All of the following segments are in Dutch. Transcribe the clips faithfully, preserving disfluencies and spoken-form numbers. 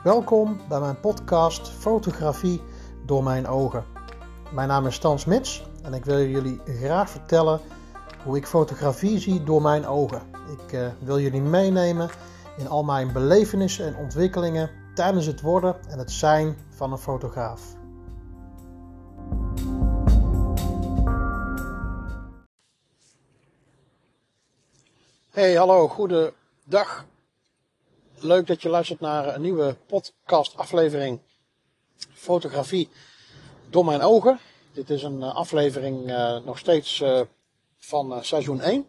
Welkom bij mijn podcast Fotografie door mijn ogen. Mijn naam is Stan Smits en ik wil jullie graag vertellen hoe ik fotografie zie door mijn ogen. Ik uh, wil jullie meenemen in al mijn belevenissen en ontwikkelingen tijdens het worden en het zijn van een fotograaf. Hey, hallo, goedendag. Leuk dat je luistert naar een nieuwe podcast aflevering Fotografie door mijn ogen. Dit is een aflevering uh, nog steeds uh, van uh, seizoen één.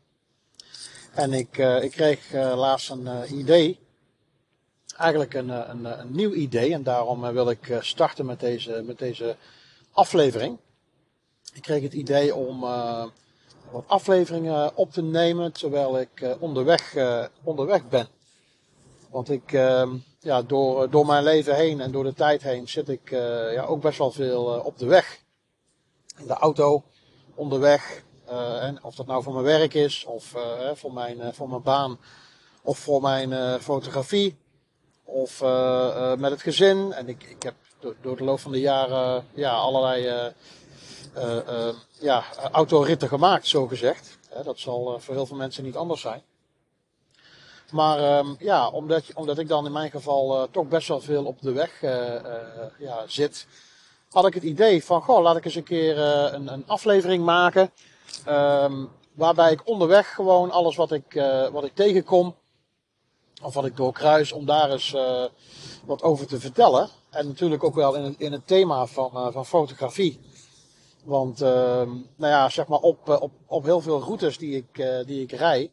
En ik, uh, ik kreeg uh, laatst een uh, idee. Eigenlijk een, een, een nieuw idee. En daarom uh, wil ik uh, starten met deze, met deze aflevering. Ik kreeg het idee om uh, wat afleveringen op te nemen terwijl ik uh, onderweg, uh, onderweg ben. Want ik, uh, ja, door, door mijn leven heen en door de tijd heen zit ik uh, ja, ook best wel veel uh, op de weg. In de auto, onderweg. Uh, en of dat nou voor mijn werk is, of uh, voor, mijn, uh, voor mijn baan, of voor mijn uh, fotografie. Of uh, uh, met het gezin. En ik, ik heb door, door de loop van de jaren ja, allerlei uh, uh, uh, ja, autoritten gemaakt, zo gezegd. Uh, dat zal uh, voor heel veel mensen niet anders zijn. Maar um, ja, omdat, omdat ik dan in mijn geval uh, toch best wel veel op de weg uh, uh, ja, zit, had ik het idee van, goh, laat ik eens een keer uh, een, een aflevering maken. Um, waarbij ik onderweg gewoon alles wat ik, uh, wat ik tegenkom, of wat ik doorkruis, om daar eens uh, wat over te vertellen. En natuurlijk ook wel in het, in het thema van, uh, van fotografie. Want, uh, nou ja, zeg maar op, op, op heel veel routes die ik, uh, die ik rij,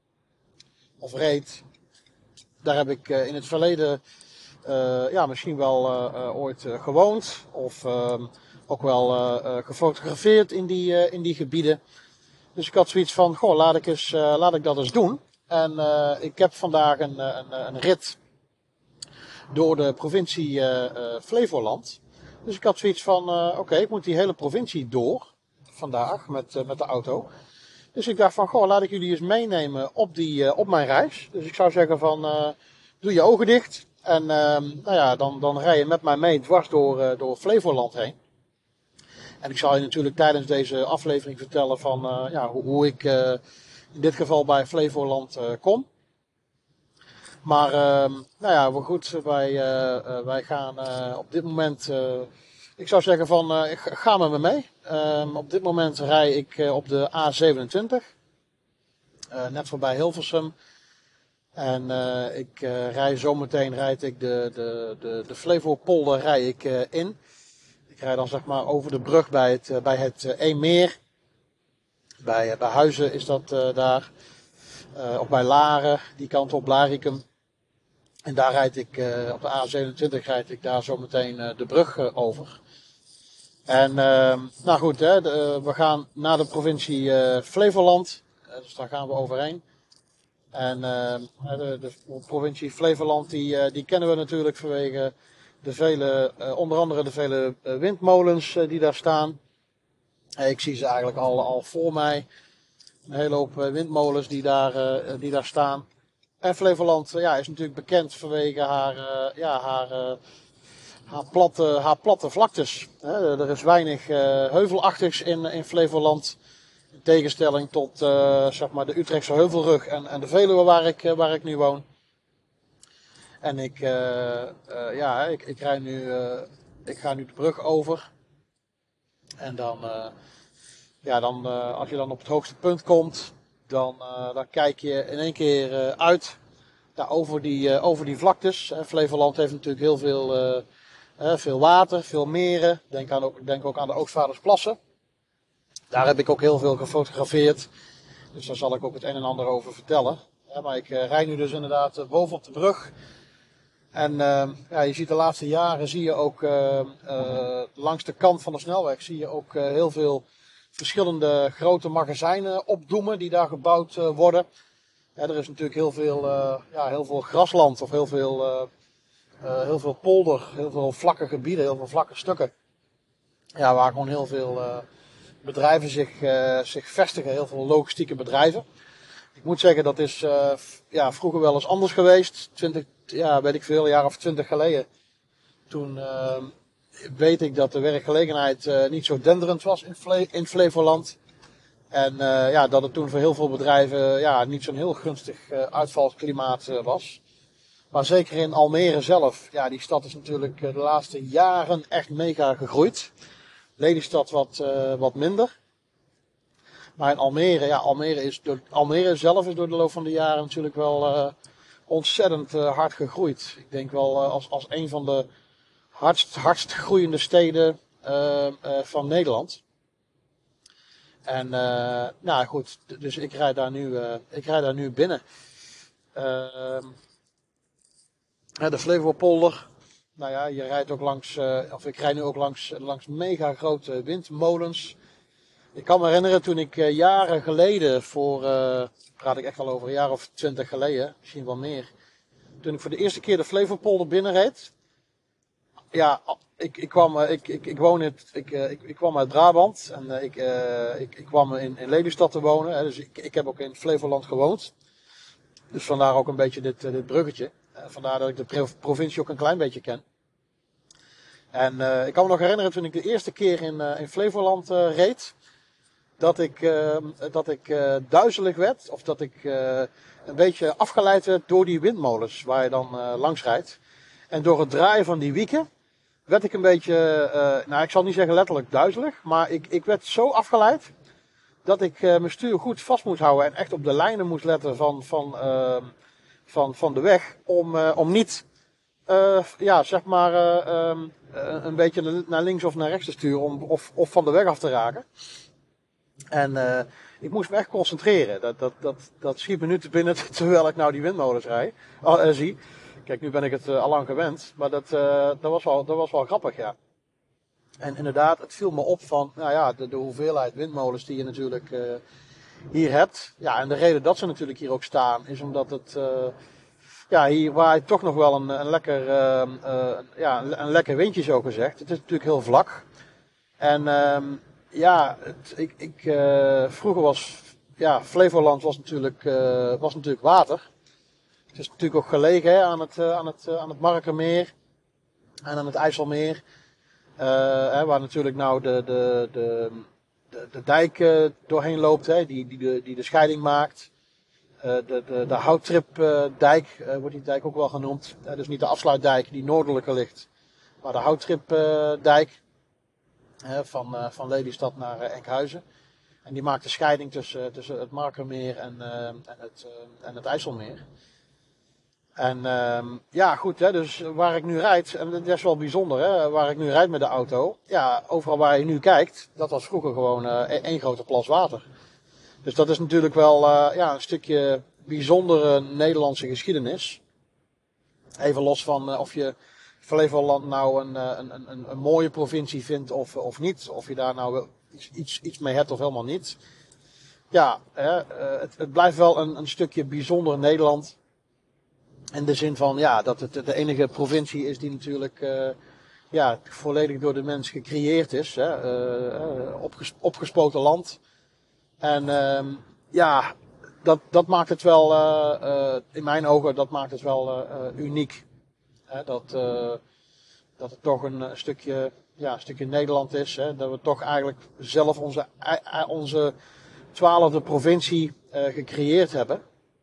of reed, daar heb ik uh, in het verleden uh, ja, misschien wel uh, uh, ooit uh, gewoond. Of uh, ook wel uh, uh, gefotografeerd in die, uh, in die gebieden. Dus ik had zoiets van, goh, laat ik, eens, uh, laat ik dat eens doen. En uh, ik heb vandaag een, een, een rit door de provincie uh, uh, Flevoland. Dus ik had zoiets van, uh, oké, okay, ik moet die hele provincie door vandaag met, uh, met de auto. Dus ik dacht van, goh, laat ik jullie eens meenemen op, die, uh, op mijn reis. Dus ik zou zeggen van, uh, doe je ogen dicht. En uh, nou ja, dan, dan rij je met mij mee dwars door, uh, door Flevoland heen. En ik zal je natuurlijk tijdens deze aflevering vertellen van uh, ja, hoe, hoe ik uh, in dit geval bij Flevoland uh, kom. Maar uh, nou ja, wel goed, wij, uh, uh, wij gaan uh, op dit moment, uh, ik zou zeggen van, uh, ga met me mee. Uh, op dit moment rij ik uh, op de A zevenentwintig, uh, net voorbij Hilversum. En uh, ik uh, rij zometeen rijd ik de, de, de, de Flevopolder rij ik uh, in. Ik rijd dan zeg maar over de brug bij het, uh, bij het uh, Eemmeer. Bij, uh, bij Huizen is dat uh, daar. Uh, of bij Laren, die kant op, Blaricum. En daar rijd ik, uh, op de A zevenentwintig rijd ik daar zometeen uh, de brug uh, over. En uh, nou goed, hè, de, uh, we gaan naar de provincie uh, Flevoland. Uh, dus daar gaan we overheen. En uh, de, de provincie Flevoland, die, uh, die kennen we natuurlijk vanwege de vele, uh, onder andere de vele uh, windmolens uh, die daar staan. Uh, ik zie ze eigenlijk al, al voor mij. Een hele hoop uh, windmolens die daar, uh, die daar staan. En Flevoland uh, ja, is natuurlijk bekend vanwege haar, uh, ja, haar, uh, haar, platte, haar platte vlaktes. Hè. Er is weinig uh, heuvelachtigs in, in Flevoland. In tegenstelling tot uh, zeg maar de Utrechtse Heuvelrug en, en de Veluwe waar ik, uh, waar ik nu woon. En ik, uh, uh, ja, ik, ik, rij nu, uh, ik ga nu de brug over. En dan, uh, ja, dan uh, als je dan op het hoogste punt komt, dan, uh, dan kijk je in één keer uh, uit ja, over, die, uh, over die vlaktes. Uh, Flevoland heeft natuurlijk heel veel, uh, uh, veel water, veel meren. Denk, aan ook, denk ook aan de Oostvaardersplassen. Daar heb ik ook heel veel gefotografeerd. Dus daar zal ik ook het een en ander over vertellen. Ja, maar ik uh, rijd nu dus inderdaad uh, bovenop de brug. En uh, ja, je ziet de laatste jaren zie je ook uh, uh, langs de kant van de snelweg zie je ook uh, heel veel verschillende grote magazijnen opdoemen die daar gebouwd uh, worden. Ja, er is natuurlijk heel veel, uh, ja, heel veel grasland of heel veel, uh, uh, heel veel polder, heel veel vlakke gebieden, heel veel vlakke stukken. Ja, waar gewoon heel veel uh, bedrijven zich, uh, zich vestigen, heel veel logistieke bedrijven. Ik moet zeggen, dat is uh, ja, vroeger wel eens anders geweest. twintig, ja, weet ik veel, een jaar of twintig geleden. Toen uh, weet ik dat de werkgelegenheid uh, niet zo denderend was in, Fle- in Flevoland. En uh, ja, dat het toen voor heel veel bedrijven ja, niet zo'n heel gunstig uh, uitvalsklimaat uh, was. Maar zeker in Almere zelf, ja, die stad is natuurlijk uh, de laatste jaren echt mega gegroeid. Lelystad wat, uh, wat minder. Maar in Almere, ja, Almere, is door, Almere zelf is door de loop van de jaren natuurlijk wel uh, ontzettend uh, hard gegroeid. Ik denk wel uh, als, als een van de hardst, hardst groeiende steden uh, uh, van Nederland. En uh, nou goed, dus ik rijd daar nu, uh, ik rijd daar nu binnen. Uh, de Flevopolder. Nou ja, je rijdt ook langs, uh, of ik rijd nu ook langs, langs mega grote windmolens. Ik kan me herinneren toen ik uh, jaren geleden, voor, uh, praat ik echt al over een jaar of twintig geleden, misschien wel meer. Toen ik voor de eerste keer de Flevopolder binnenreed. Ja, ik, ik, kwam, uh, ik, ik, ik, woon in, ik, uh, ik, ik kwam uit Brabant en uh, ik, uh, ik, ik kwam in, in Lelystad te wonen. Hè, dus ik, ik heb ook in Flevoland gewoond. Dus vandaar ook een beetje dit, uh, dit bruggetje. Uh, vandaar dat ik de provincie ook een klein beetje ken. En uh, ik kan me nog herinneren toen ik de eerste keer in, uh, in Flevoland uh, reed. Dat ik, uh, dat ik uh, duizelig werd. Of dat ik uh, een beetje afgeleid werd door die windmolens waar je dan uh, langs rijdt. En door het draaien van die wieken werd ik een beetje, uh, nou ik zal niet zeggen letterlijk duizelig. Maar ik, ik werd zo afgeleid dat ik uh, mijn stuur goed vast moest houden. En echt op de lijnen moest letten van, van, uh, van, van de weg. Om, uh, om niet, uh, ja zeg maar, uh, um, een beetje naar links of naar rechts te sturen. Om, of, of van de weg af te raken. En uh, ik moest me echt concentreren. Dat, dat, dat, dat schiet me nu te binnen terwijl ik nou die windmolens rij, uh, uh, zie. Kijk, nu ben ik het uh, al lang gewend. Maar dat, uh, dat, was wel, dat was wel grappig, ja. En inderdaad, het viel me op van nou ja, de, de hoeveelheid windmolens die je natuurlijk uh, hier hebt. Ja, en de reden dat ze natuurlijk hier ook staan is omdat het... Uh, ja, hier waait toch nog wel een, een, lekker, uh, uh, ja, een, een lekker windje zo gezegd. Het is natuurlijk heel vlak. En... Uh, Ja, het, ik, ik, uh, vroeger was, ja, Flevoland was natuurlijk, uh, was natuurlijk water. Het is natuurlijk ook gelegen hè, aan, het, uh, aan, het, uh, aan het Markermeer en aan het IJsselmeer. Uh, hè, waar natuurlijk nou de, de, de, de, de dijk uh, doorheen loopt, hè, die, die, de, die de scheiding maakt. Uh, de, de, de Houttripdijk uh, wordt die dijk ook wel genoemd. Uh, dus niet de afsluitdijk die noordelijker ligt, maar de Houttripdijk. Van, uh, van Lelystad naar uh, Enkhuizen. En die maakt de scheiding tussen, tussen het Markermeer en, uh, en, het, uh, en het IJsselmeer. En uh, ja, goed, hè, dus waar ik nu rijd, en dat is wel bijzonder, hè, waar ik nu rijd met de auto. Ja, overal waar je nu kijkt, dat was vroeger gewoon uh, één grote plas water. Dus dat is natuurlijk wel uh, ja, een stukje bijzondere Nederlandse geschiedenis. Even los van uh, of je Flevoland nou een, een, een, een mooie provincie vindt of, of niet. Of je daar nou iets, iets, iets mee hebt of helemaal niet. Ja, hè, het, het blijft wel een, een stukje bijzonder Nederland. In de zin van ja, dat het de enige provincie is die natuurlijk uh, ja, volledig door de mens gecreëerd is. Hè, uh, opges, opgespoten land. En uh, ja, dat, dat maakt het wel, uh, uh, in mijn ogen, dat maakt het wel uh, uh, uniek. Hè, dat, uh, dat het toch een, een, stukje, ja, een stukje Nederland is. Hè, dat we toch eigenlijk zelf onze, onze twaalfde provincie uh, gecreëerd hebben.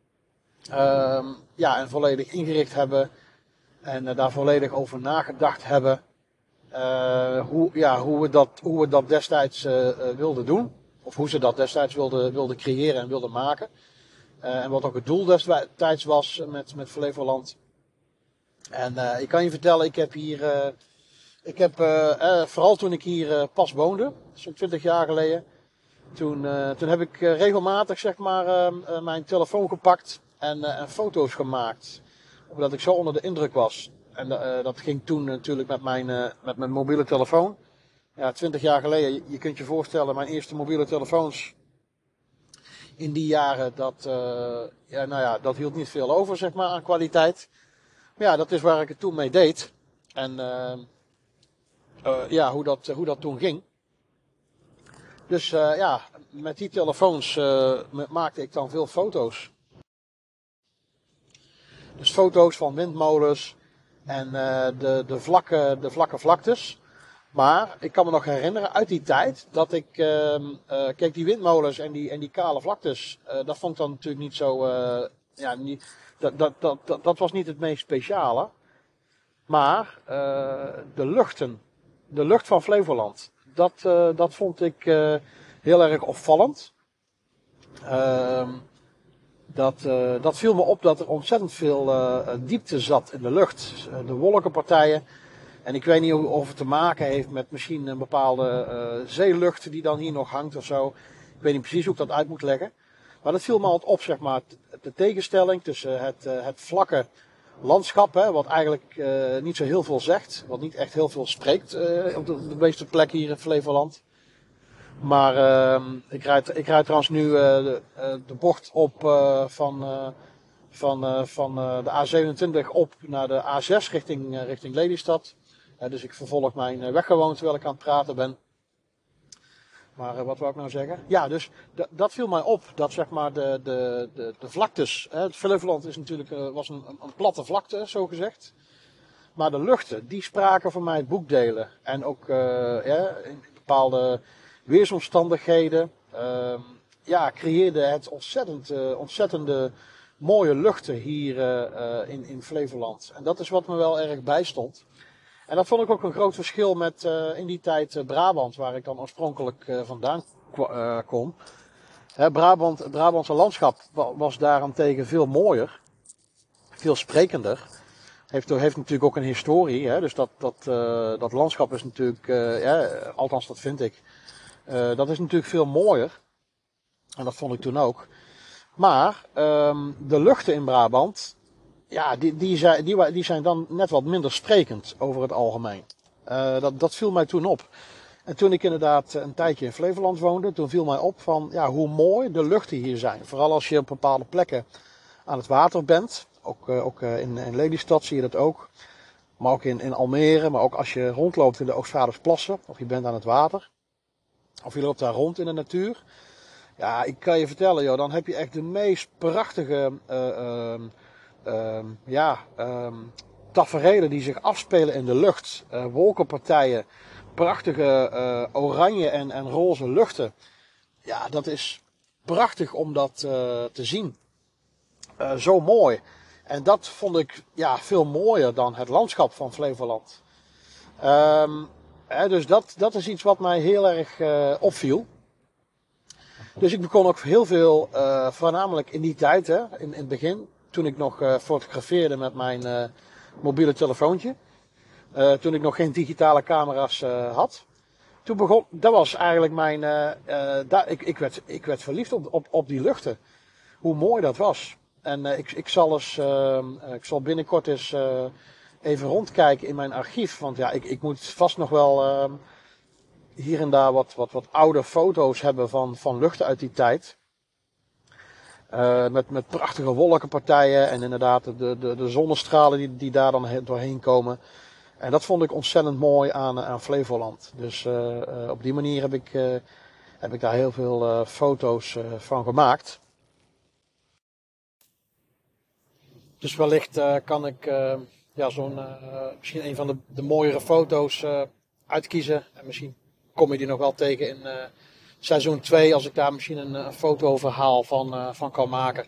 Uh, ja, en volledig ingericht hebben. En uh, daar volledig over nagedacht hebben. Uh, hoe, ja, hoe, we dat, hoe we dat destijds uh, uh, wilden doen. Of hoe ze dat destijds wilden, wilden creëren en wilden maken. Uh, en wat ook het doel destijds was met, met Flevoland. En uh, ik kan je vertellen, ik heb hier, uh, ik heb, uh, uh, vooral toen ik hier uh, pas woonde, zo'n twintig jaar geleden, toen, uh, toen heb ik uh, regelmatig zeg maar uh, uh, mijn telefoon gepakt en, uh, en foto's gemaakt. Omdat ik zo onder de indruk was. En uh, dat ging toen natuurlijk met mijn, uh, met mijn mobiele telefoon. Ja, twintig jaar geleden, je, je kunt je voorstellen, mijn eerste mobiele telefoons in die jaren, dat, uh, ja, nou ja, dat hield niet veel over zeg maar aan kwaliteit. Maar ja, dat is waar ik het toen mee deed. En uh, uh, ja, hoe dat, hoe dat toen ging. Dus uh, ja, met die telefoons uh, maakte ik dan veel foto's. Dus foto's van windmolens en uh, de, de, vlakke, de vlakke vlaktes. Maar ik kan me nog herinneren uit die tijd dat ik, uh, uh, kijk die windmolens en die, en die kale vlaktes, uh, dat vond ik dan natuurlijk niet zo, uh, ja, niet, dat, dat, dat, dat, dat was niet het meest speciale. Maar uh, de luchten, de lucht van Flevoland, dat, uh, dat vond ik uh, heel erg opvallend. Uh, dat, uh, dat viel me op dat er ontzettend veel uh, diepte zat in de lucht. De wolkenpartijen. En ik weet niet of het te maken heeft met misschien een bepaalde uh, zeelucht die dan hier nog hangt of zo. Ik weet niet precies hoe ik dat uit moet leggen. Maar dat viel me altijd op, zeg maar, de tegenstelling tussen het, uh, het vlakke landschap, hè, wat eigenlijk uh, niet zo heel veel zegt. Wat niet echt heel veel spreekt uh, op de, de meeste plekken hier in Flevoland. Maar uh, ik, rijd, ik rijd trouwens nu uh, de, uh, de bocht op uh, van, uh, van, uh, van uh, de A zevenentwintig op naar de A zes richting, uh, richting Lelystad. Uh, dus ik vervolg mijn uh, weg gewoon terwijl ik aan het praten ben. Maar uh, wat wou ik nou zeggen? Ja, dus d- dat viel mij op. Dat zeg maar de, de, de, de vlaktes. Hè, het Flevoland is natuurlijk, uh, was een, een platte vlakte, zo gezegd. Maar de luchten, die spraken voor mij boekdelen. En ook uh, ja, in bepaalde weersomstandigheden. Uh, ja, creëerde het ontzettend, uh, ontzettende mooie luchten hier uh, in, in Flevoland. En dat is wat me wel erg bijstond. En dat vond ik ook een groot verschil met uh, in die tijd uh, Brabant, waar ik dan oorspronkelijk uh, vandaan uh, kom. Hè, Brabant, het Brabantse landschap was daarentegen veel mooier, veel sprekender. Heeft, heeft natuurlijk ook een historie, hè, dus dat, dat, uh, dat landschap is natuurlijk, uh, ja, althans dat vind ik, uh, dat is natuurlijk veel mooier. En dat vond ik toen ook. Maar um, de luchten in Brabant, ja, die, die, zijn, die, die zijn dan net wat minder sprekend over het algemeen. Uh, dat, dat viel mij toen op. En toen ik inderdaad een tijdje in Flevoland woonde, toen viel mij op van ja, hoe mooi de luchten hier zijn. Vooral als je op bepaalde plekken aan het water bent. Ook, uh, ook uh, in, in Lelystad zie je dat ook. Maar ook in, in Almere. Maar ook als je rondloopt in de Oostvaardersplassen. Of je bent aan het water. Of je loopt daar rond in de natuur. Ja, ik kan je vertellen, joh, dan heb je echt de meest prachtige uh, uh, uh, ja, uh, taferelen die zich afspelen in de lucht. Uh, wolkenpartijen, prachtige uh, oranje en, en roze luchten. Ja, dat is prachtig om dat uh, te zien. Uh, zo mooi. En dat vond ik ja, veel mooier dan het landschap van Flevoland. Um, hè, dus dat, dat is iets wat mij heel erg uh, opviel. Dus ik begon ook heel veel, uh, voornamelijk in die tijd, hè, in, in het begin, toen ik nog uh, fotografeerde met mijn uh, mobiele telefoontje. Uh, toen ik nog geen digitale camera's uh, had. Toen begon, dat was eigenlijk mijn, uh, uh, daar, ik, ik, werd, ik werd verliefd op, op, op die luchten. Hoe mooi dat was. En uh, ik, ik, zal eens, uh, ik zal binnenkort eens uh, even rondkijken in mijn archief. Want ja, ik, ik moet vast nog wel uh, hier en daar wat, wat, wat oude foto's hebben van, van luchten uit die tijd. Uh, met, met prachtige wolkenpartijen en inderdaad de, de, de zonnestralen die, die daar dan doorheen komen. En dat vond ik ontzettend mooi aan, aan Flevoland. Dus uh, uh, op die manier heb ik, uh, heb ik daar heel veel uh, foto's uh, van gemaakt. Dus wellicht uh, kan ik uh, ja, zo'n, uh, misschien een van de, de mooiere foto's uh, uitkiezen. En misschien kom je die nog wel tegen in uh, seizoen twee, als ik daar misschien een, een fotoverhaal van, uh, van kan maken.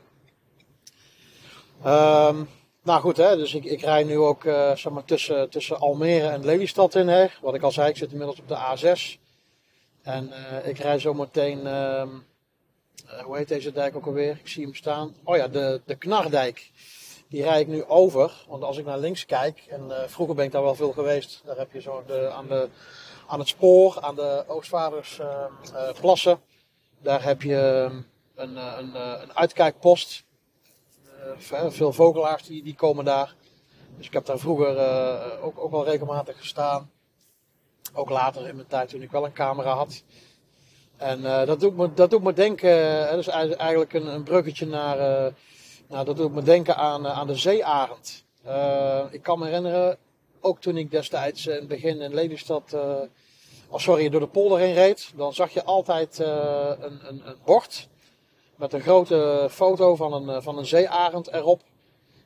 Um, nou goed, hè, dus ik, ik rij nu ook uh, zeg maar tussen, tussen Almere en Lelystad in. Hè. Wat ik al zei, ik zit inmiddels op de A zes. En uh, ik rij zo meteen, uh, uh, hoe heet deze dijk ook alweer? Ik zie hem staan. Oh ja, de, de Knardijk. Die rijd ik nu over, want als ik naar links kijk, en uh, vroeger ben ik daar wel veel geweest, daar heb je zo de, aan, de, aan het spoor, aan de Oostvaardersplassen, uh, uh, daar heb je een, een, een uitkijkpost. Uh, veel vogelaars die, die komen daar. Dus ik heb daar vroeger uh, ook, ook wel regelmatig gestaan. Ook later in mijn tijd toen ik wel een camera had. En uh, dat, doet me, dat doet me denken, uh, dat is eigenlijk een, een bruggetje naar... Uh, Nou, dat doet me denken aan, aan de zeearend. Uh, ik kan me herinneren, ook toen ik destijds in het begin in Lelystad, uh, oh sorry, door de polder heen reed, dan zag je altijd uh, een, een, een bord met een grote foto van een, van een zeearend erop.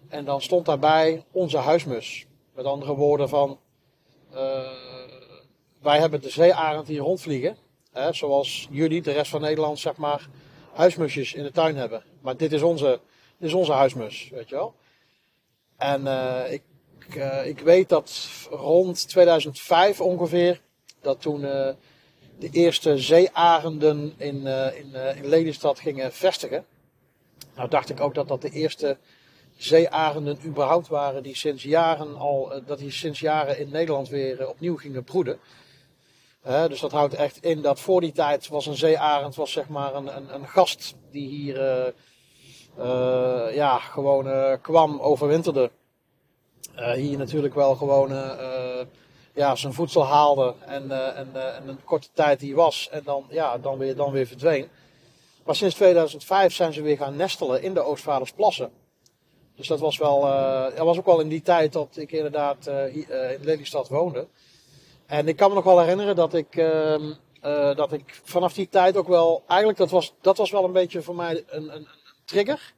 En dan stond daarbij onze huismus. Met andere woorden van, uh, wij hebben de zeearend hier rondvliegen. Hè, zoals jullie, de rest van Nederland, zeg maar, huismusjes in de tuin hebben. Maar dit is onze, dit is onze huismus, weet je wel. En uh, ik, uh, ik weet dat rond tweeduizend vijf ongeveer, dat toen uh, de eerste zeearenden in, uh, in, uh, in Lelystad gingen vestigen. Nou dacht ik ook dat dat de eerste zeearenden überhaupt waren die sinds jaren al, uh, dat die sinds jaren in Nederland weer uh, opnieuw gingen broeden. Uh, dus dat houdt echt in dat voor die tijd was een zeearend was zeg maar een, een, een gast die hier uh, uh, ja, gewoon uh, kwam, overwinterde. Uh, hier natuurlijk wel gewoon uh, ja, zijn voedsel haalde en, uh, en, uh, en een korte tijd hier was en dan, ja, dan, weer, dan weer verdween. Maar sinds tweeduizend vijf zijn ze weer gaan nestelen in de Oostvaardersplassen. Dus dat was wel, uh, dat was ook wel in die tijd dat ik inderdaad uh, hier, uh, in Lelystad woonde. En ik kan me nog wel herinneren dat ik, uh, uh, dat ik vanaf die tijd ook wel, eigenlijk dat was, dat was wel een beetje voor mij een, een, een trigger.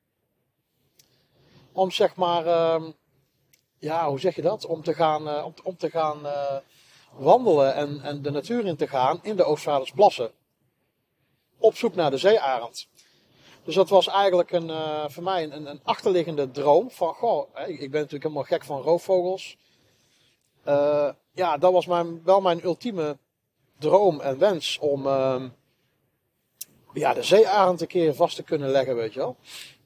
Om zeg maar, uh, ja hoe zeg je dat? Om te gaan, uh, om, om te gaan uh, wandelen en, en de natuur in te gaan in de Oostvaardersplassen. Op zoek naar de zeearend. Dus dat was eigenlijk een, uh, voor mij een, een achterliggende droom van, goh, ik ben natuurlijk helemaal gek van roofvogels. Uh, ja, dat was mijn, wel mijn ultieme droom en wens om uh, ja, de zeearend een keer vast te kunnen leggen, weet je wel.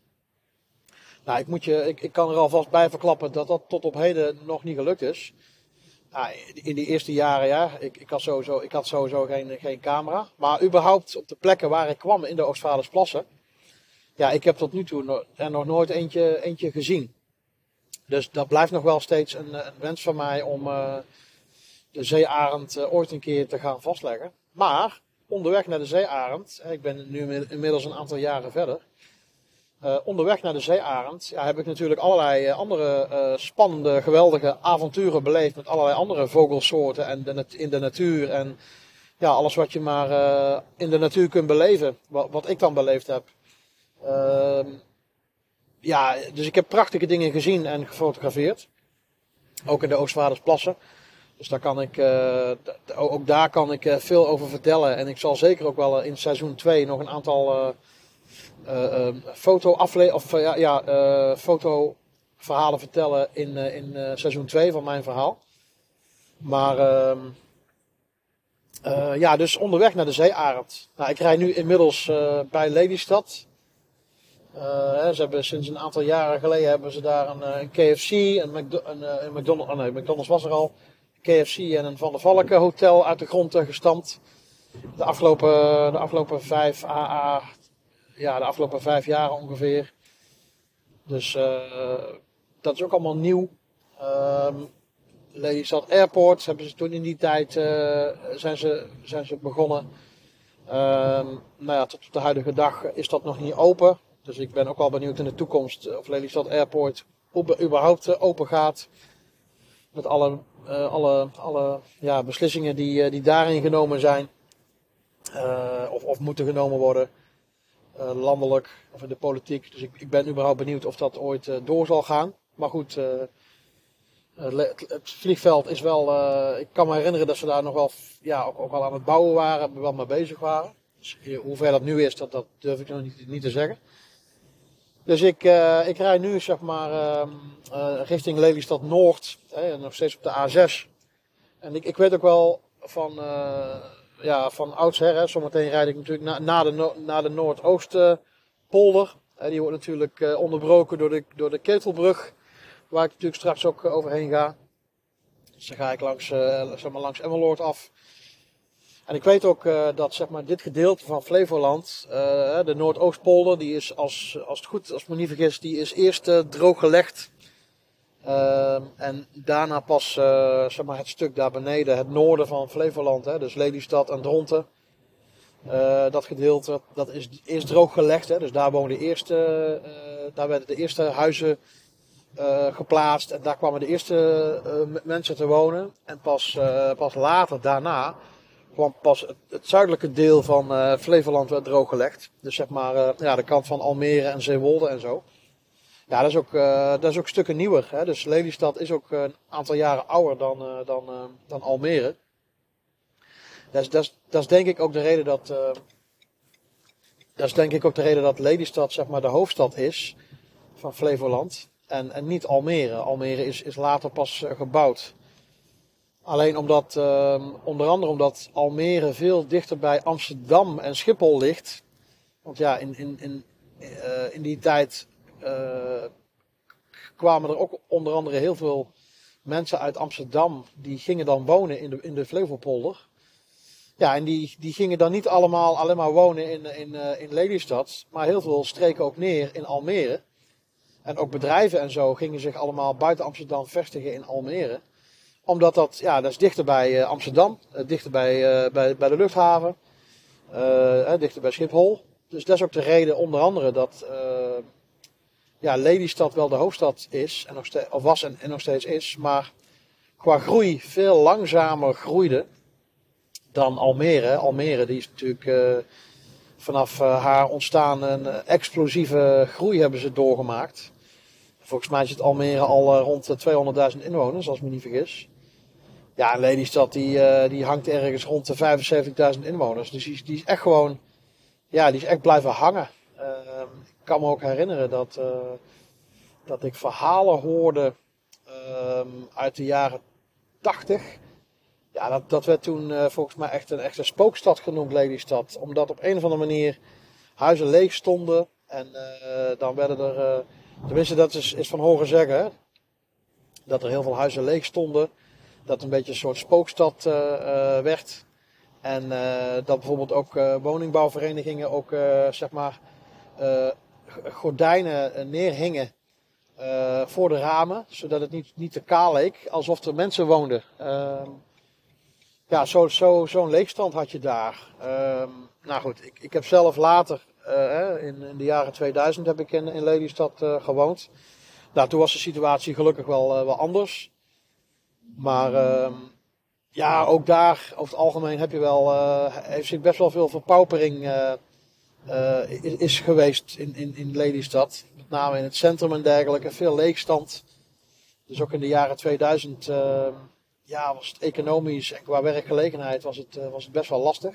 Nou, ik, moet je, ik, ik kan er alvast bij verklappen dat dat tot op heden nog niet gelukt is. Nou, in die eerste jaren, ja, ik, ik, had sowieso, ik had sowieso geen, geen camera. Maar überhaupt op de plekken waar ik kwam in de Oostvaardersplassen, ja, ik heb tot nu toe er nog nooit eentje, eentje gezien. Dus dat blijft nog wel steeds een, een wens van mij om uh, de zeearend uh, ooit een keer te gaan vastleggen. Maar onderweg naar de zeearend, ik ben nu inmiddels een aantal jaren verder. Uh, onderweg naar de zeearend ja, heb ik natuurlijk allerlei uh, andere uh, spannende, geweldige avonturen beleefd met allerlei andere vogelsoorten en de nat- in de natuur. En ja, alles wat je maar uh, in de natuur kunt beleven, wat, wat ik dan beleefd heb. Uh, ja, dus ik heb prachtige dingen gezien en gefotografeerd. Ook in de Oostvaardersplassen. Dus daar kan ik, uh, d- ook daar kan ik uh, veel over vertellen. En ik zal zeker ook wel uh, in seizoen twee nog een aantal uh, uh, uh, foto afle- of, uh, ja, ja, uh, fotoverhalen vertellen in, uh, in uh, seizoen twee van mijn verhaal. Maar uh, uh, ja, dus onderweg naar de zeearend. Nou, ik rij nu inmiddels uh, bij Lelystad. Uh, ze hebben sinds een aantal jaren geleden hebben ze daar een, een K F C, een, McDo- een, een McDonald's, oh nee, McDonald's was er al, een K F C en een Van der Valken hotel uit de grond uh, gestampt. De afgelopen, de afgelopen vijf, a, a, ja, de afgelopen vijf jaar ongeveer. Dus uh, dat is ook allemaal nieuw. Um, Lelystad Airport hebben ze toen in die tijd uh, zijn, ze, zijn ze begonnen. Um, nou ja, tot op de huidige dag is dat nog niet open. Dus ik ben ook wel benieuwd in de toekomst of Lelystad Airport überhaupt open gaat. Met alle, uh, alle, alle ja, beslissingen die, uh, die daarin genomen zijn. Uh, of, of moeten genomen worden. Uh, landelijk of in de politiek. Dus ik, ik ben überhaupt benieuwd of dat ooit uh, door zal gaan. Maar goed, uh, het, het vliegveld is wel... Uh, ik kan me herinneren dat ze daar nog wel, ja, ook, ook al aan het bouwen waren. Wel mee bezig waren. Dus hoe ver dat nu is, dat, dat durf ik nog niet, niet te zeggen. Dus ik, uh, ik rij nu zeg maar uh, uh, richting Lelystad Noord, hè, nog steeds op de A zes. En ik, ik weet ook wel van, uh, ja, van oudsher, hè, zometeen rijd ik natuurlijk na, na de, no- na de Noordoostpolder. Uh, die wordt natuurlijk uh, onderbroken door de, door de Ketelbrug, waar ik natuurlijk straks ook uh, overheen ga. Dus dan ga ik langs, uh, zeg maar langs Emmeloord af. En ik weet ook uh, dat zeg maar, dit gedeelte van Flevoland, uh, de Noordoostpolder, die is als, als het goed, als ik me niet vergis, die is eerst uh, drooggelegd. Uh, en daarna pas uh, zeg maar, het stuk daar beneden, het noorden van Flevoland, hè, dus Lelystad en Dronten. Uh, dat gedeelte, dat is eerst drooggelegd, hè, dus daar woonden de eerste, uh, daar werden de eerste huizen uh, geplaatst. En daar kwamen de eerste uh, mensen te wonen. En pas, uh, pas later daarna kwam pas het, het zuidelijke deel van uh, Flevoland werd drooggelegd. Dus zeg maar uh, ja, de kant van Almere en Zeewolde en zo. Ja, dat is ook, uh, dat is ook stukken nieuwer. Hè? Dus Lelystad is ook een aantal jaren ouder dan, uh, dan, uh, dan Almere. Dat is, dat, is, dat is denk ik ook de reden dat... Uh, dat is denk ik ook de reden dat Lelystad zeg maar de hoofdstad is van Flevoland. En, en niet Almere. Almere is, is later pas uh, gebouwd. Alleen omdat, uh, onder andere omdat Almere veel dichter bij Amsterdam en Schiphol ligt. Want ja, in, in, in, uh, in die tijd uh, kwamen er ook onder andere heel veel mensen uit Amsterdam. Die gingen dan wonen in de, in de Flevopolder. Ja, en die, die gingen dan niet allemaal alleen maar wonen in, in, uh, in Lelystad. Maar heel veel streken ook neer in Almere. En ook bedrijven en zo gingen zich allemaal buiten Amsterdam vestigen in Almere. Omdat dat, ja, dat is dichter bij uh, Amsterdam, uh, dichter bij, uh, bij, bij de luchthaven, uh, uh, dichter bij Schiphol. Dus dat is ook de reden onder andere dat uh, ja, Lelystad wel de hoofdstad is, en nog steeds, of was en, en nog steeds is, maar qua groei veel langzamer groeide dan Almere. Almere die is natuurlijk uh, vanaf uh, haar ontstaan een uh, explosieve groei hebben ze doorgemaakt. Volgens mij zit Almere al uh, rond de tweehonderdduizend inwoners, als ik me niet vergis. Ja, en Lelystad die, uh, die hangt ergens rond de vijfenzeventigduizend inwoners. Dus die, die is echt gewoon, ja, die is echt blijven hangen. Uh, ik kan me ook herinneren dat, uh, dat ik verhalen hoorde uh, uit de jaren tachtig. Ja, dat, dat werd toen uh, volgens mij echt een, echt een spookstad genoemd, Lelystad. Omdat op een of andere manier huizen leeg stonden. En uh, dan werden er, uh, tenminste dat is, is van horen zeggen, hè, dat er heel veel huizen leeg stonden. Dat het een beetje een soort spookstad uh, uh, werd. En uh, dat bijvoorbeeld ook uh, woningbouwverenigingen ook uh, zeg maar uh, gordijnen neerhingen uh, voor de ramen. Zodat het niet, niet te kaal leek, alsof er mensen woonden. Uh, ja, zo'n zo, zo'n leegstand had je daar. Uh, nou goed, ik, ik heb zelf later, uh, in, in de jaren tweeduizend heb ik in, in Lelystad uh, gewoond. Nou, toen was de situatie gelukkig wel, uh, wel anders. Maar uh, ja, ook daar over het algemeen heb je wel, uh, heeft zich best wel veel verpaupering uh, uh, is, is geweest in, in, in Lelystad. Met name in het centrum en dergelijke, veel leegstand. Dus ook in de jaren tweeduizend uh, ja, was het economisch en qua werkgelegenheid was het, uh, was het best wel lastig.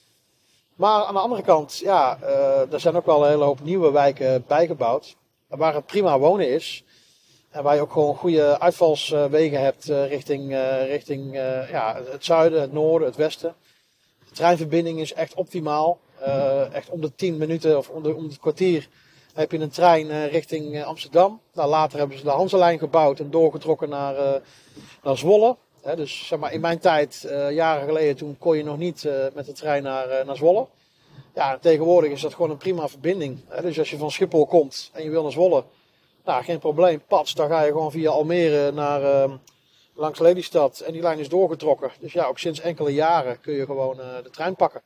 Maar aan de andere kant, ja, uh, er zijn ook wel een hele hoop nieuwe wijken bijgebouwd. Waar het prima wonen is. En waar je ook gewoon goede uitvalswegen hebt uh, richting, uh, richting uh, ja, het zuiden, het noorden, het westen. De treinverbinding is echt optimaal. Uh, echt om de tien minuten of om, de, om het kwartier heb je een trein uh, richting uh, Amsterdam. Nou, later hebben ze de Hanselijn gebouwd en doorgetrokken naar, uh, naar Zwolle. He, dus zeg maar, in mijn tijd, uh, jaren geleden, toen kon je nog niet uh, met de trein naar, uh, naar Zwolle. Ja, tegenwoordig is dat gewoon een prima verbinding. He, dus als je van Schiphol komt en je wil naar Zwolle, nou, geen probleem. Pats, dan ga je gewoon via Almere naar uh, langs Lelystad en die lijn is doorgetrokken. Dus ja, ook sinds enkele jaren kun je gewoon uh, de trein pakken.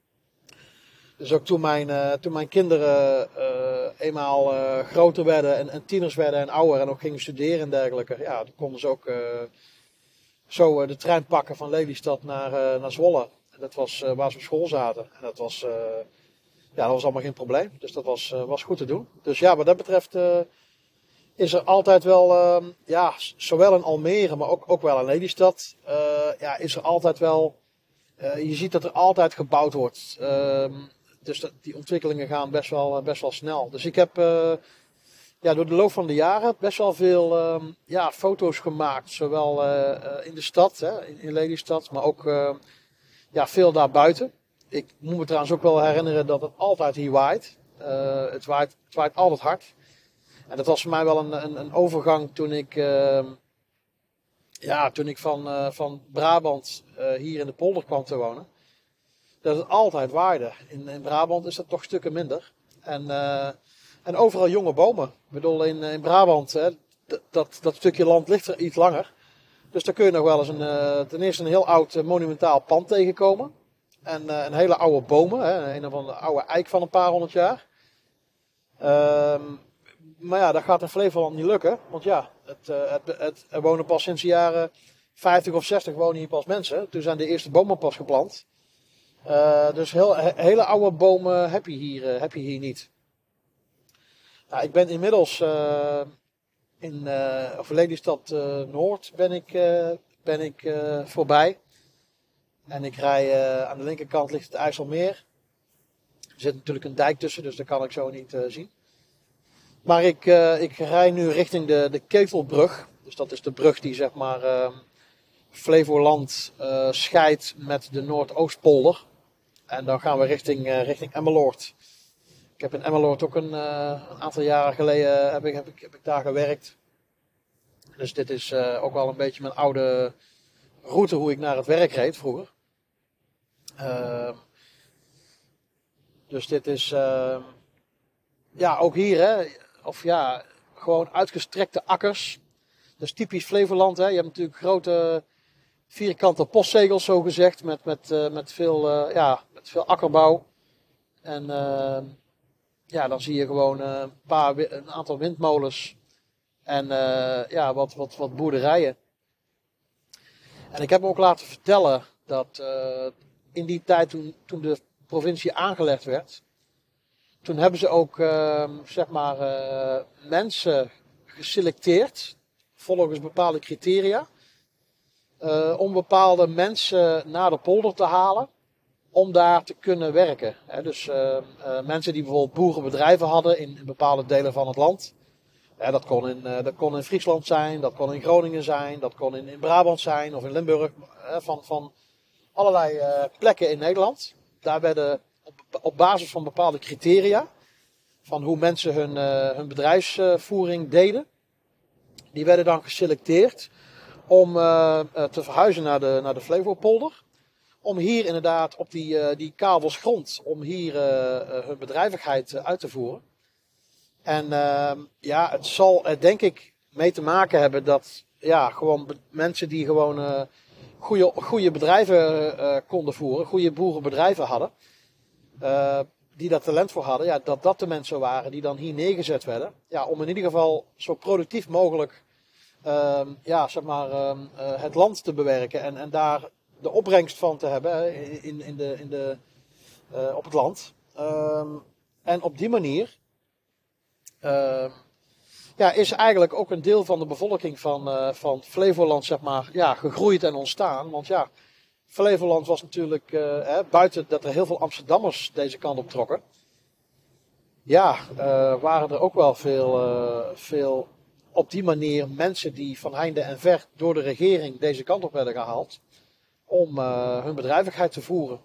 Dus ook toen mijn, uh, toen mijn kinderen uh, eenmaal uh, groter werden en, en tieners werden en ouder en ook gingen studeren en dergelijke. Ja, dan konden ze ook uh, zo uh, de trein pakken van Lelystad naar, uh, naar Zwolle. En dat was uh, waar ze op school zaten. En dat was, uh, ja, dat was allemaal geen probleem. Dus dat was, uh, was goed te doen. Dus ja, wat dat betreft uh, is er altijd wel, uh, ja, zowel in Almere, maar ook, ook wel in Lelystad, uh, ja, is er altijd wel, uh, je ziet dat er altijd gebouwd wordt. Uh, dus dat, die ontwikkelingen gaan best wel, best wel snel. Dus ik heb uh, ja, door de loop van de jaren best wel veel uh, ja, foto's gemaakt. Zowel uh, in de stad, hè, in, in Lelystad, maar ook uh, ja, veel daarbuiten. Ik moet me trouwens ook wel herinneren dat het altijd hier waait. Uh, het waait. Het waait altijd hard. En dat was voor mij wel een, een, een overgang toen ik, uh, ja, toen ik van, uh, van Brabant uh, hier in de polder kwam te wonen. Dat het altijd waaide. In, in Brabant is dat toch stukken minder. En, uh, en overal jonge bomen. Ik bedoel, in, in Brabant, hè, dat, dat, dat stukje land ligt er iets langer. Dus daar kun je nog wel eens een, uh, ten eerste een heel oud uh, monumentaal pand tegenkomen. En uh, een hele oude bomen. Hè, een of andere oude eik van een paar honderd jaar. Uh, maar ja, dat gaat in Flevoland niet lukken. Want ja, het, uh, het, het, er wonen pas sinds de jaren vijftig of zestig wonen hier pas mensen. Toen zijn de eerste bomen pas geplant. Uh, dus heel, he, hele oude bomen heb je hier, uh, heb je hier niet. Nou, ik ben inmiddels uh, in uh, of Lelystad uh, Noord ben ik, uh, ben ik uh, voorbij. En ik rij uh, aan de linkerkant ligt het IJsselmeer. Er zit natuurlijk een dijk tussen, dus dat kan ik zo niet uh, zien. Maar ik, uh, ik rij nu richting de, de Kevelbrug. Dus dat is de brug die zeg maar uh, Flevoland uh, scheidt met de Noordoostpolder. En dan gaan we richting, uh, richting Emmeloord. Ik heb in Emmeloord ook een, uh, een aantal jaren geleden heb ik, heb ik, heb ik daar gewerkt. Dus dit is uh, ook wel een beetje mijn oude route hoe ik naar het werk reed vroeger. Uh, dus dit is, uh, ja ook hier hè, of ja, gewoon uitgestrekte akkers. Dat is typisch Flevoland hè. Je hebt natuurlijk grote vierkante postzegels zo gezegd met, met, uh, met, veel, uh, ja, met veel akkerbouw. En uh, ja, dan zie je gewoon uh, een, paar, een aantal windmolens en uh, ja, wat, wat, wat boerderijen. En ik heb me ook laten vertellen dat uh, in die tijd toen, toen de provincie aangelegd werd, toen hebben ze ook uh, zeg maar uh, mensen geselecteerd volgens bepaalde criteria. Uh, om bepaalde mensen naar de polder te halen. Om daar te kunnen werken. He, dus uh, uh, mensen die bijvoorbeeld boerenbedrijven hadden in, in bepaalde delen van het land. Ja, dat, kon in, uh, dat kon in Friesland zijn, dat kon in Groningen zijn, dat kon in, in Brabant zijn of in Limburg. Uh, van, van allerlei uh, plekken in Nederland. Daar werden op, op basis van bepaalde criteria. Van hoe mensen hun, uh, hun bedrijfsvoering deden. Die werden dan geselecteerd om uh, te verhuizen naar de, naar de Flevopolder. Om hier inderdaad op die, uh, die kavels grond, om hier uh, uh, hun bedrijvigheid uh, uit te voeren. En uh, ja, het zal er denk ik mee te maken hebben dat ja, gewoon be- mensen die gewoon uh, goede, goede bedrijven uh, konden voeren, goede boerenbedrijven hadden, uh, die daar talent voor hadden, ja, dat dat de mensen waren die dan hier neergezet werden. Ja, om in ieder geval zo productief mogelijk uh, ja, zeg maar, uh, uh, het land te bewerken en, en daar de opbrengst van te hebben in, in de, in de, uh, op het land. Um, en op die manier uh, ja, is eigenlijk ook een deel van de bevolking van, uh, van Flevoland zeg maar, ja, gegroeid en ontstaan. Want ja, Flevoland was natuurlijk, uh, hè, buiten dat er heel veel Amsterdammers deze kant op trokken. Ja, uh, waren er ook wel veel, uh, veel op die manier mensen die van heinde en ver door de regering deze kant op werden gehaald. Om uh, hun bedrijvigheid te voeren.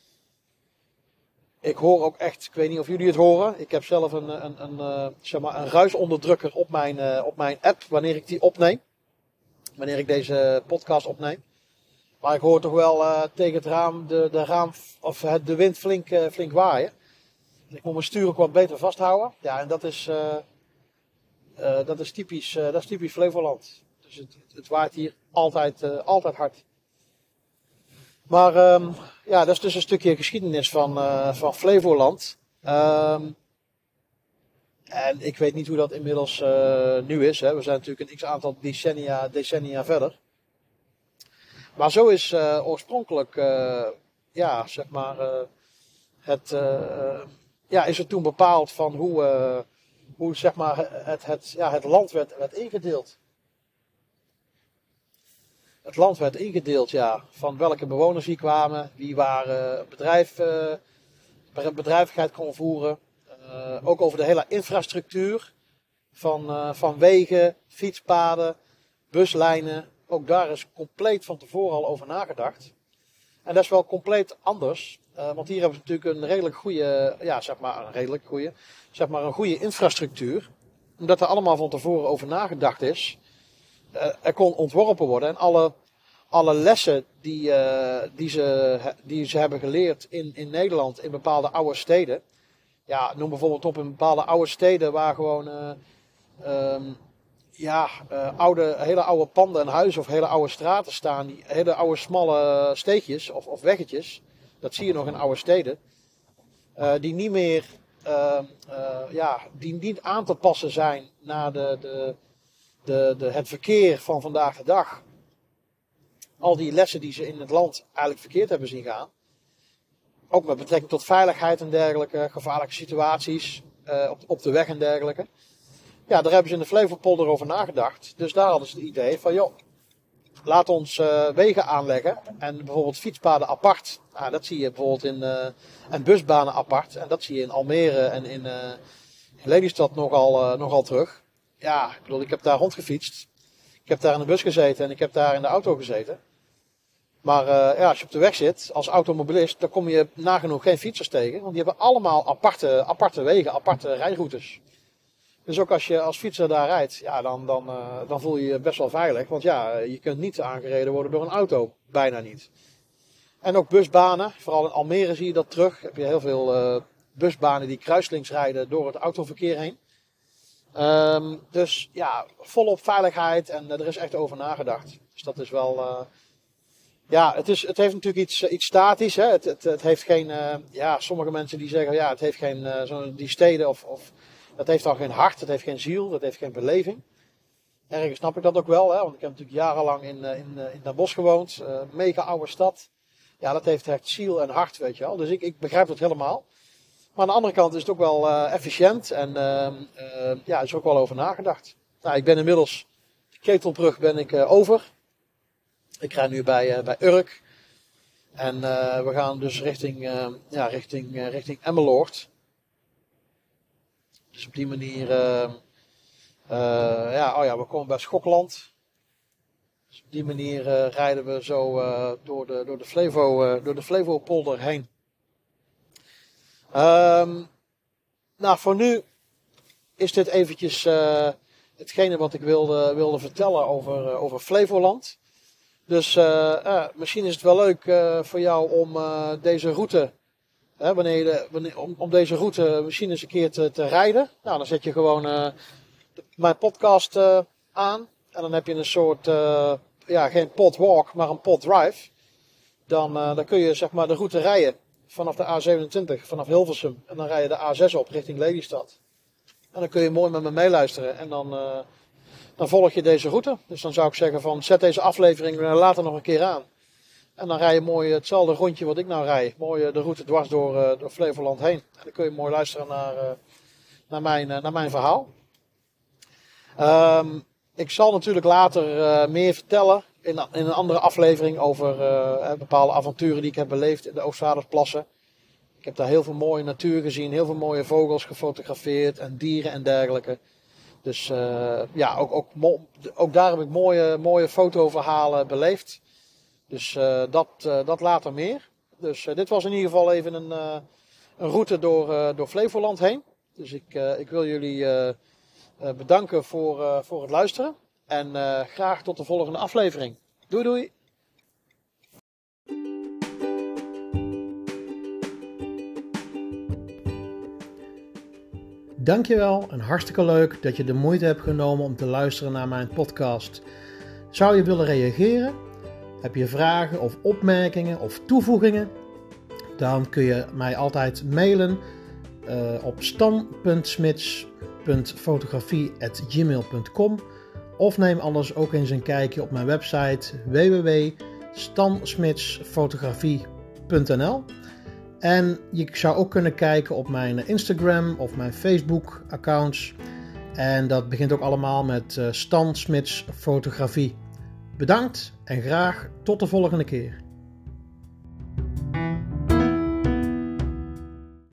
Ik hoor ook echt, ik weet niet of jullie het horen. Ik heb zelf een, een, een, uh, zeg maar een ruisonderdrukker op mijn, uh, op mijn app wanneer ik die opneem. Wanneer ik deze podcast opneem. Maar ik hoor toch wel uh, tegen het raam de, de, raam, of het, de wind flink, uh, flink waaien. Ik moet mijn stuur ook wat beter vasthouden. Ja, en dat is, uh, uh, dat is, typisch, uh, dat is typisch Flevoland. Dus het, het waait hier altijd, uh, altijd hard. Maar um, ja, dat is dus een stukje geschiedenis van, uh, van Flevoland. Um, en ik weet niet hoe dat inmiddels uh, nu is. Hè. We zijn natuurlijk een x-aantal decennia, decennia verder. Maar zo is uh, oorspronkelijk, uh, ja, zeg maar, uh, het, uh, ja, is het toen bepaald van hoe, uh, hoe zeg maar, het, het, ja, het land werd, werd ingedeeld. Het land werd ingedeeld, ja, van welke bewoners hier kwamen, wie waren bedrijf, uh, bedrijvigheid kon voeren. Uh, ook over de hele infrastructuur van, uh, van wegen, fietspaden, buslijnen. Ook daar is compleet van tevoren al over nagedacht. En dat is wel compleet anders, uh, want hier hebben ze natuurlijk een redelijk goede, ja, zeg maar een redelijk goede, zeg maar een goede infrastructuur. Omdat er allemaal van tevoren over nagedacht is. Uh, er kon ontworpen worden en alle, alle lessen die, uh, die, ze, die ze hebben geleerd in, in Nederland in bepaalde oude steden. Ja, noem bijvoorbeeld op in bepaalde oude steden waar gewoon uh, um, ja, uh, oude, hele oude panden en huizen of hele oude straten staan. Die hele oude smalle steegjes of, of weggetjes. Dat zie je nog in oude steden. Uh, die niet meer uh, uh, ja, die niet aan te passen zijn naar de... de De, de, het verkeer van vandaag de dag. Al die lessen die ze in het land eigenlijk verkeerd hebben zien gaan. Ook met betrekking tot veiligheid en dergelijke, gevaarlijke situaties. uh, op, op de weg en dergelijke. Ja, daar hebben ze in de Flevopolder over nagedacht. Dus daar hadden ze het idee van, joh, laat ons uh, wegen aanleggen. En bijvoorbeeld fietspaden apart. Nou, dat zie je bijvoorbeeld in, uh, en busbanen apart. En dat zie je in Almere en in, uh, in Lelystad nogal, uh, nogal terug. Ja, ik bedoel, ik heb daar rondgefietst. Ik heb daar in de bus gezeten en ik heb daar in de auto gezeten. Maar uh, ja, als je op de weg zit, als automobilist, dan kom je nagenoeg geen fietsers tegen. Want die hebben allemaal aparte, aparte wegen, aparte rijroutes. Dus ook als je als fietser daar rijdt, ja, dan, dan, uh, dan voel je je best wel veilig. Want ja, je kunt niet aangereden worden door een auto. Bijna niet. En ook busbanen, vooral in Almere zie je dat terug. Heb je heel veel uh, busbanen die kruislinks rijden door het autoverkeer heen. Um, dus ja, volop veiligheid en uh, er is echt over nagedacht. Dus dat is wel... Uh, ja, het, is, het heeft natuurlijk iets, iets statisch. Hè? Het, het, het heeft geen... Uh, ja, sommige mensen die zeggen, ja, het heeft geen... Uh, zo, die steden of... of dat heeft dan geen hart, het heeft geen ziel, dat heeft geen beleving. Ergens snap ik dat ook wel, hè? Want ik heb natuurlijk jarenlang in, in, in Den Bosch gewoond. Uh, mega oude stad. Ja, dat heeft echt ziel en hart, weet je wel. Dus ik, ik begrijp dat helemaal. Maar aan de andere kant is het ook wel uh, efficiënt. En uh, uh, ja, er is ook wel over nagedacht. Nou, ik ben inmiddels, de Ketelbrug ben ik uh, over. Ik rij nu bij, uh, bij Urk. En uh, we gaan dus richting, uh, ja, richting, uh, richting Emmeloord. Dus op die manier, uh, uh, ja, oh ja, we komen bij Schokland. Dus op die manier uh, rijden we zo uh, door de, door de Flevo, uh, door de Flevopolder heen. Um, nou, voor nu is dit eventjes uh, hetgene wat ik wilde, wilde vertellen over, uh, over Flevoland. Dus uh, uh, misschien is het wel leuk uh, voor jou om uh, deze route... Hè, wanneer je de, wanneer, om, om deze route misschien eens een keer te, te rijden. Nou, dan zet je gewoon uh, de, mijn podcast uh, aan. En dan heb je een soort, uh, ja, geen podwalk, maar een poddrive. Dan, uh, dan kun je zeg maar de route rijden vanaf de A zevenentwintig, vanaf Hilversum. En dan rij je de A zes op richting Lelystad. En dan kun je mooi met me meeluisteren. En dan, uh, dan volg je deze route. Dus dan zou ik zeggen van, zet deze aflevering later nog een keer aan. En dan rij je mooi hetzelfde rondje wat ik nou rij. Mooi de route dwars door, uh, door Flevoland heen. En dan kun je mooi luisteren naar, uh, naar, mijn, uh, naar mijn verhaal. Um, ik zal natuurlijk later uh, meer vertellen in, in een andere aflevering over uh, bepaalde avonturen die ik heb beleefd in de Oostvaardersplassen. Ik heb daar heel veel mooie natuur gezien, heel veel mooie vogels gefotografeerd en dieren en dergelijke. Dus uh, ja, ook, ook, ook daar heb ik mooie, mooie fotoverhalen beleefd. Dus uh, dat, uh, dat later meer. Dus uh, dit was in ieder geval even een, uh, een route door, uh, door Flevoland heen. Dus ik, uh, ik wil jullie uh, uh, bedanken voor, uh, voor het luisteren. En uh, graag tot de volgende aflevering. Doei doei! Dankjewel en hartstikke leuk dat je de moeite hebt genomen om te luisteren naar mijn podcast. Zou je willen reageren? Heb je vragen of opmerkingen of toevoegingen? Dan kun je mij altijd mailen uh, op stan punt smits punt fotografie at gmail punt com of neem anders ook eens een kijkje op mijn website w w w punt stan smits fotografie punt n l. En je zou ook kunnen kijken op mijn Instagram of mijn Facebook accounts. En dat begint ook allemaal met uh, Stan Smits Fotografie. Bedankt en graag tot de volgende keer.